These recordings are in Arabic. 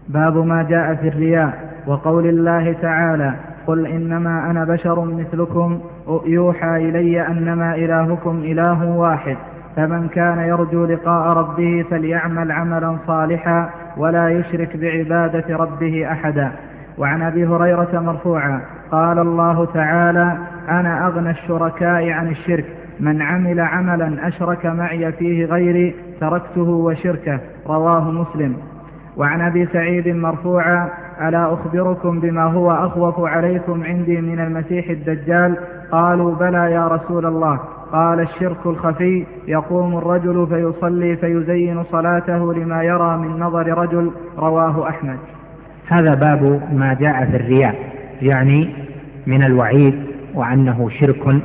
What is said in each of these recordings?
باب ما جاء في الرياء وقول الله تعالى: قل إنما أنا بشر مثلكم يوحى إلي أنما إلهكم إله واحد فمن كان يرجو لقاء ربه فليعمل عملا صالحا ولا يشرك بعبادة ربه أحدا. وعن أبي هريرة مرفوعا قال الله تعالى: أنا أغنى الشركاء عن الشرك، من عمل عملا أشرك معي فيه غيري تركته وشركه. رواه مسلم. وعن أبي سعيد مرفوعا: ألا أخبركم بما هو أخوف عليكم عندي من المسيح الدجال؟ قالوا: بلى يا رسول الله. قال: الشرك الخفي، يقوم الرجل فيصلي فيزين صلاته لما يرى من نظر رجل. رواه أحمد. هذا باب ما جاء في الرياء، يعني من الوعيد وأنه شرك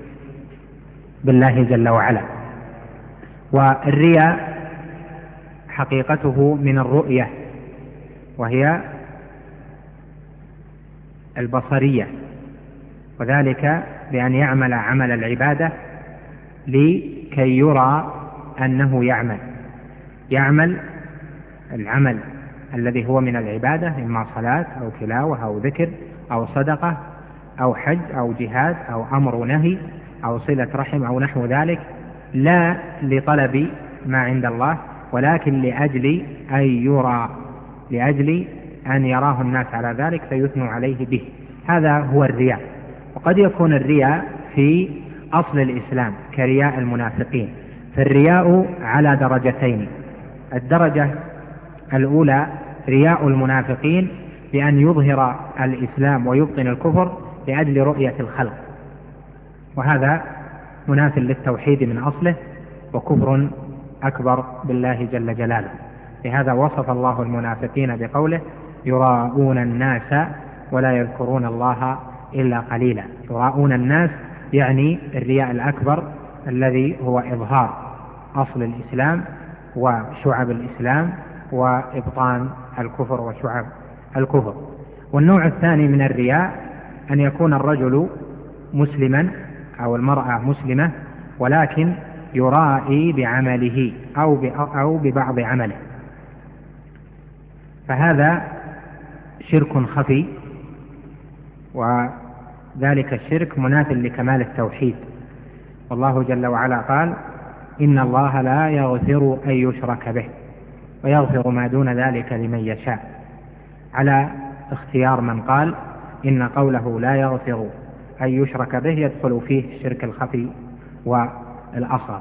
بالله جل وعلا. والرياء حقيقته من الرؤية، وهي البصرية، وذلك بأن يعمل عمل العبادة لكي يرى أنه يعمل العمل الذي هو من العبادة، إما صلاة أو تلاوة أو ذكر أو صدقة أو حج أو جهاد أو أمر ونهي أو صلة رحم أو نحو ذلك، لا لطلب ما عند الله، ولكن لأجل أن يرى، لأجل أن يراه الناس على ذلك فيثنوا عليه به. هذا هو الرياء. وقد يكون الرياء في أصل الإسلام كرياء المنافقين. فالرياء على درجتين: الدرجة الأولى رياء المنافقين بأن يظهر الإسلام ويبطن الكفر لأجل رؤية الخلق، وهذا مناف للتوحيد من أصله وكفر أكبر بالله جل جلاله. لهذا وصف الله المنافقين بقوله: يراءون الناس ولا يذكرون الله إلا قليلا. يراءون الناس يعني الرياء الأكبر الذي هو إظهار أصل الإسلام وشعب الإسلام وإبطان الكفر وشعب الكفر. والنوع الثاني من الرياء أن يكون الرجل مسلما أو المرأة مسلمة ولكن يرائي بعمله أو ببعض عمله، فهذا شرك خفي، وذلك الشرك مناف لكمال التوحيد. والله جل وعلا قال: إن الله لا يغفر أن يشرك به ويغفر ما دون ذلك لمن يشاء، على اختيار من قال إن قوله لا يغفر أن يشرك به يدخل فيه الشرك الخفي والأصغر.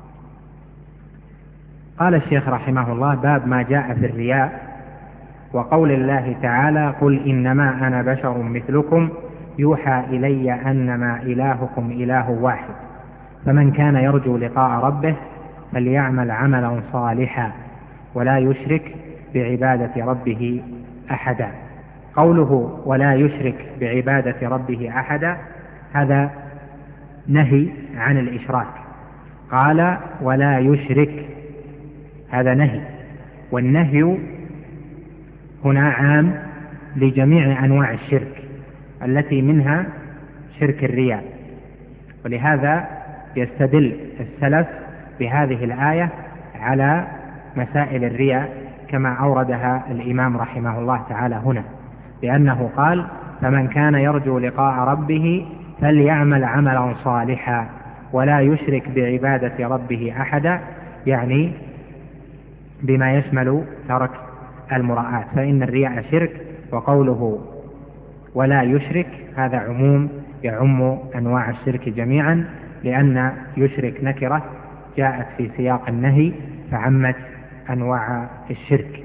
قال الشيخ رحمه الله: باب ما جاء في الرياء وقول الله تعالى: قل إنما أنا بشر مثلكم يوحى إلي أنما إلهكم إله واحد فمن كان يرجو لقاء ربه فليعمل عملا صالحا ولا يشرك بعبادة ربه أحدا. قوله ولا يشرك بعبادة ربه أحدا هذا نهي عن الإشراك. قال ولا يشرك، هذا نهي، والنهي هنا عام لجميع أنواع الشرك التي منها شرك الرياء. ولهذا يستدل السلف بهذه الآية على مسائل الرياء كما أوردها الإمام رحمه الله تعالى هنا، لأنه قال: فمن كان يرجو لقاء ربه فليعمل عملا صالحا ولا يشرك بعبادة ربه أحدا، يعني بما يشمل ترك المراءات، فإن الرياء شرك. وقوله ولا يشرك هذا عموم يعم أنواع الشرك جميعا، لأن يشرك نكرة جاءت في سياق النهي فعمت أنواع الشرك.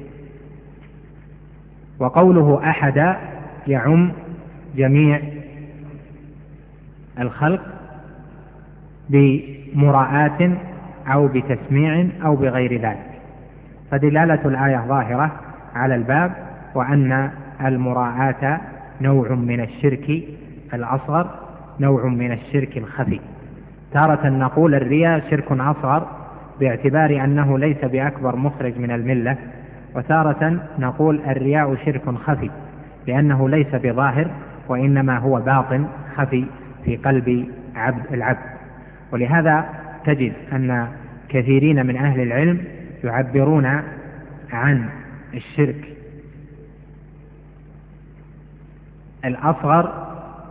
وقوله أحد يعم جميع الخلق بمراءات أو بتسميع أو بغير ذلك، فدلالة الآية ظاهرة على الباب، وأن المراءات نوع من الشرك الأصغر، نوع من الشرك الخفي. تارة نقول الرياء شرك أصغر باعتبار أنه ليس بأكبر مخرج من الملة، وتارة نقول الرياء شرك خفي لأنه ليس بظاهر وإنما هو باطن خفي في قلب العبد. ولهذا تجد أن كثيرين من أهل العلم يعبرون عن الشرك الأصغر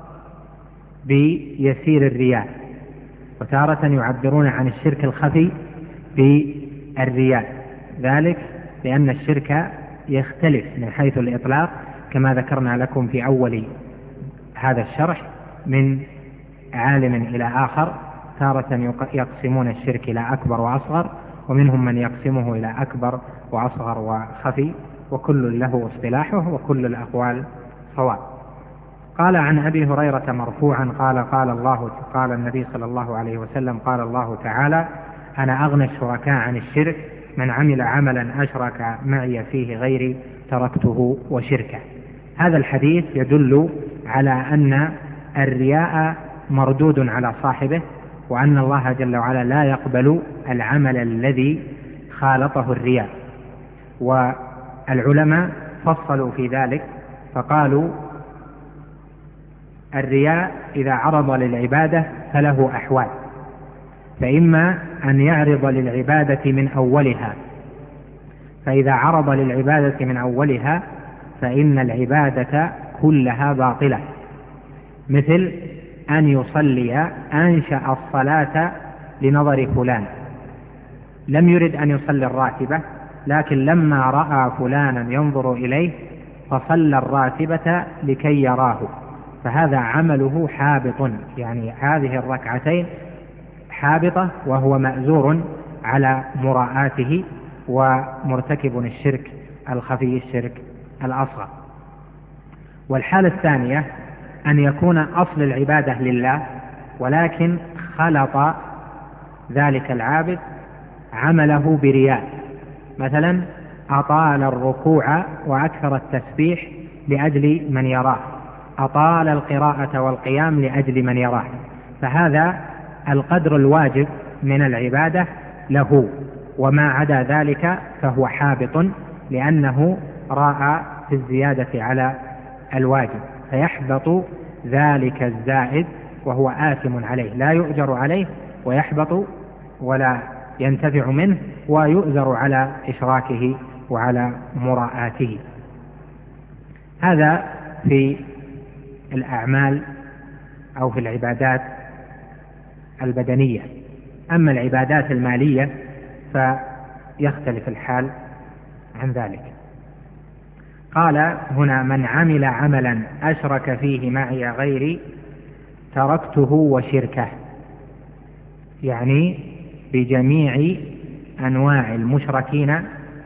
بيسير الرياء، وتارة يعبرون عن الشرك الخفي بالرياء، ذلك لأن الشرك يختلف من حيث الإطلاق كما ذكرنا لكم في أول هذا الشرح من عالم إلى آخر. تارة يقسمون الشرك إلى أكبر وأصغر، ومنهم من يقسمه إلى أكبر وأصغر وخفي، وكل له اصطلاحه وكل الأقوال صواب. قال عن أبي هريرة مرفوعا قال النبي صلى الله عليه وسلم قال الله تعالى: أنا أغنى الشركاء عن الشرك، من عمل عملا أشرك معي فيه غيري تركته وشركه. هذا الحديث يدل على أن الرياء مردود على صاحبه، وأن الله جل وعلا لا يقبل العمل الذي خالطه الرياء. والعلماء فصلوا في ذلك فقالوا: الرياء إذا عرض للعبادة فله أحوال، فإما أن يعرض للعبادة من أولها، فإذا عرض للعبادة من أولها فإن العبادة كلها باطلة، مثل أن يصلي أنشأ الصلاة لنظر فلان، لم يرد أن يصلي الراتبة، لكن لما رأى فلانا ينظر إليه فصلى الراتبة لكي يراه، فهذا عمله حابط، يعني هذه الركعتين حابطة وهو مأزور على مراءاته ومرتكب الشرك الخفي، الشرك الأصغر. والحالة الثانية أن يكون أصل العبادة لله، ولكن خلط ذلك العابد عمله برياء، مثلا أطال الركوع وأكثر التسبيح لأجل من يراه، أطال القراءة والقيام لأجل من يراه، فهذا القدر الواجب من العبادة له، وما عدا ذلك فهو حابط، لأنه راى في الزيادة على الواجب، فيحبط ذلك الزائد وهو آثم عليه، لا يؤجر عليه ويحبط ولا ينتفع منه، ويؤجر على إشراكه وعلى مراءاته. هذا في الأعمال أو في العبادات البدنية. أما العبادات المالية فيختلف الحال عن ذلك. قال هنا: من عمل عملا أشرك فيه معي غيري تركته وشركه، يعني بجميع أنواع المشركين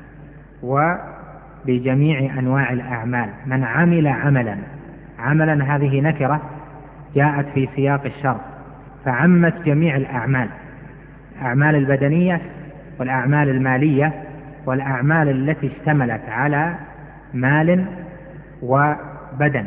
وبجميع أنواع الأعمال. من عمل عملا هذه نكرة جاءت في سياق الشرط، فعمت جميع الأعمال، الأعمال البدنية والأعمال المالية والأعمال التي اشتملت على مال وبدن،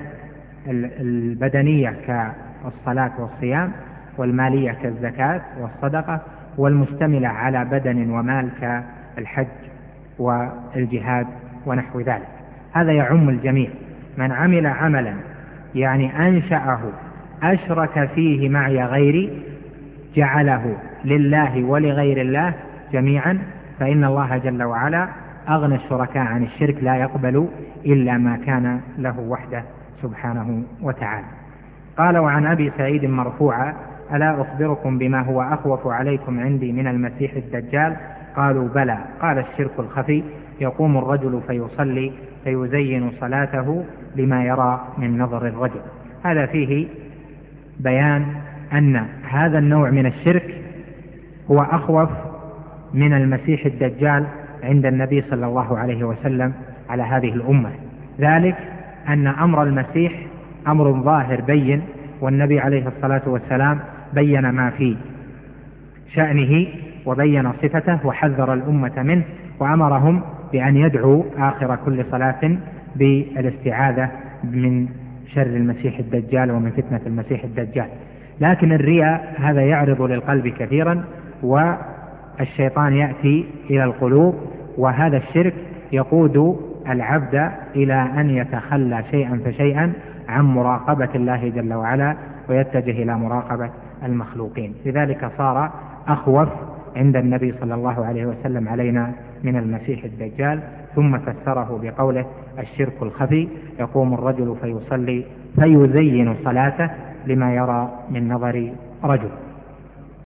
البدنية كالصلاة والصيام، والمالية كالزكاة والصدقة، والمشتملة على بدن ومال كالحج والجهاد ونحو ذلك. هذا يعم الجميع. من عمل عملا يعني أنشأه أشرك فيه معي غيري، جعله لله ولغير الله جميعا، فإن الله جل وعلا أغنى الشركاء عن الشرك، لا يقبل إلا ما كان له وحده سبحانه وتعالى. قال: وعن أبي سعيد مرفوعا: ألا أخبركم بما هو أخوف عليكم عندي من المسيح الدجال؟ قالوا: بلى. قال: الشرك الخفي، يقوم الرجل فيصلي فيزين صلاته لما يرى من نظر الرجل. هذا فيه بيان أن هذا النوع من الشرك هو أخوف من المسيح الدجال عند النبي صلى الله عليه وسلم على هذه الأمة، ذلك أن أمر المسيح أمر ظاهر بين، والنبي عليه الصلاة والسلام بين ما في شأنه وبين صفته وحذر الأمة منه، وأمرهم بأن يدعوا آخر كل صلاة بالاستعاذة من شر المسيح الدجال ومن فتنة المسيح الدجال. لكن الرياء هذا يعرض للقلب كثيرا، والشيطان يأتي إلى القلوب، وهذا الشرك يقود العبد إلى أن يتخلى شيئا فشيئا عن مراقبة الله جل وعلا ويتجه إلى مراقبة المخلوقين. لذلك صار أخوف عند النبي صلى الله عليه وسلم علينا من المسيح الدجال. ثم فسره بقوله: الشرك الخفي، يقوم الرجل فيصلي فيزين صلاته لما يرى من نظر رجل.